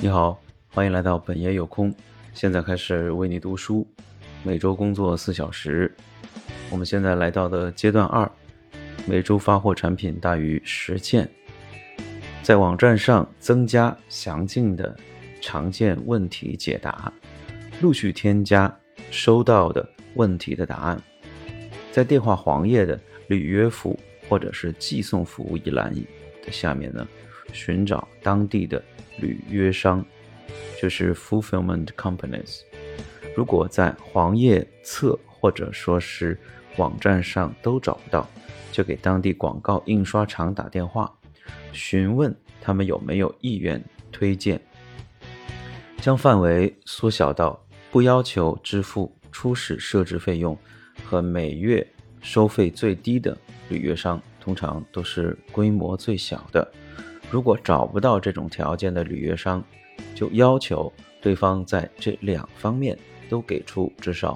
你好，欢迎来到本爷有空。现在开始为你读书，每周工作4小时。我们现在来到的阶段2，每周发货产品大于10件。在网站上增加详尽的常见问题解答，陆续添加收到的问题的答案。在电话黄页的履约服务或者是寄送服务一栏的下面呢，寻找当地的履约商，就是 fulfillment companies。 如果在黄页侧或者说是网站上都找不到，就给当地广告印刷厂打电话，询问他们有没有意愿推荐。将范围缩小到不要求支付初始设置费用和每月收费最低的履约商，通常都是规模最小的。如果找不到这种条件的履约商，就要求对方在这2方面都给出至少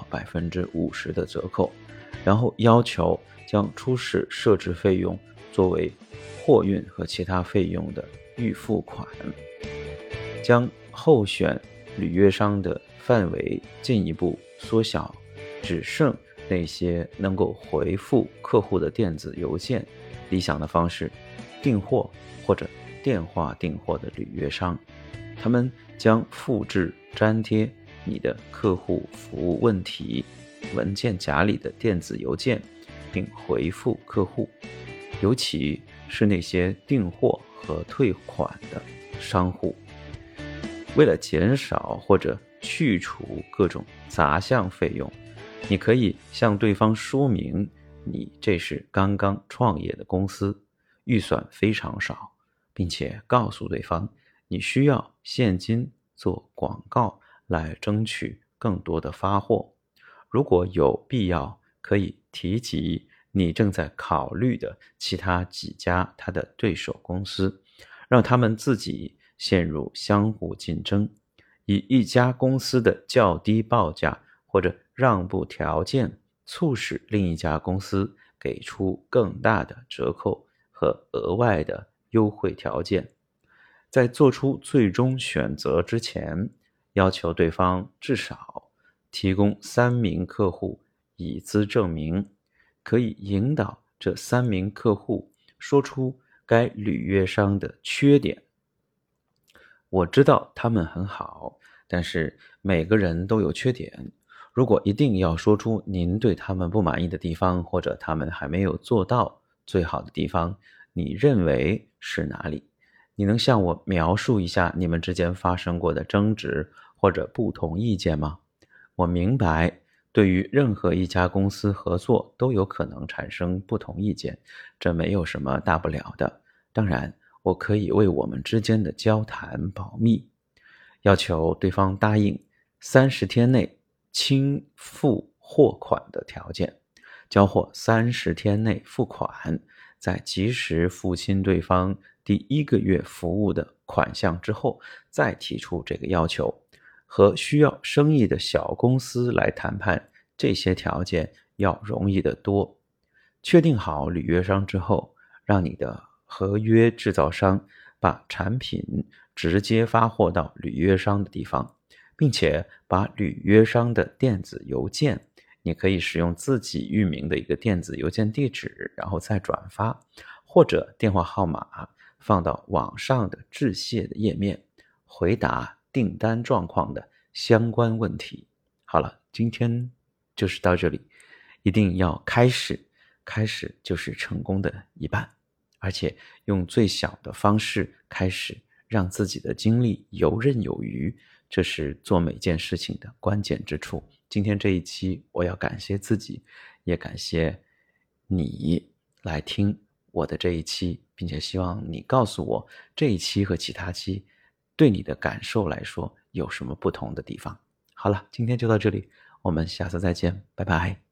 50% 的折扣，然后要求将初始设置费用作为货运和其他费用的预付款。将候选履约商的范围进一步缩小，只剩那些能够回复客户的电子邮件。理想的方式，订货或者电话订货的履约商，他们将复制粘贴你的客户服务问题文件夹里的电子邮件，并回复客户。尤其是那些订货和退款的商户，为了减少或者去除各种杂项费用，你可以向对方说明你这是刚刚创业的公司，预算非常少，并且告诉对方你需要现金做广告来争取更多的发货。如果有必要，可以提及你正在考虑的其他几家他的对手公司，让他们自己陷入相互竞争，以一家公司的较低报价或者让步条件促使另一家公司给出更大的折扣和额外的优惠条件。在做出最终选择之前，要求对方至少提供3名客户以资证明，可以引导这3名客户说出该履约商的缺点。我知道他们很好，但是每个人都有缺点。如果一定要说出您对他们不满意的地方，或者他们还没有做到最好的地方，你认为是哪里？你能向我描述一下你们之间发生过的争执或者不同意见吗？我明白，对于任何一家公司合作都有可能产生不同意见，这没有什么大不了的。当然，我可以为我们之间的交谈保密。要求对方答应30天内清付货款的条件，交货30天内付款，在及时付清对方第1个月服务的款项之后，再提出这个要求。和需要生意的小公司来谈判，这些条件要容易得多。确定好履约商之后，让你的合约制造商把产品直接发货到履约商的地方，并且把履约商的电子邮件，你可以使用自己域名的一个电子邮件地址，然后再转发，或者电话号码放到网上的致谢的页面，回答订单状况的相关问题。好了，今天就是到这里。一定要开始就是成功的一半，而且用最小的方式开始，让自己的精力游刃有余，这是做每件事情的关键之处。今天这一期，我要感谢自己，也感谢你来听我的这一期，并且希望你告诉我这一期和其他期对你的感受来说有什么不同的地方。好了，今天就到这里，我们下次再见，拜拜。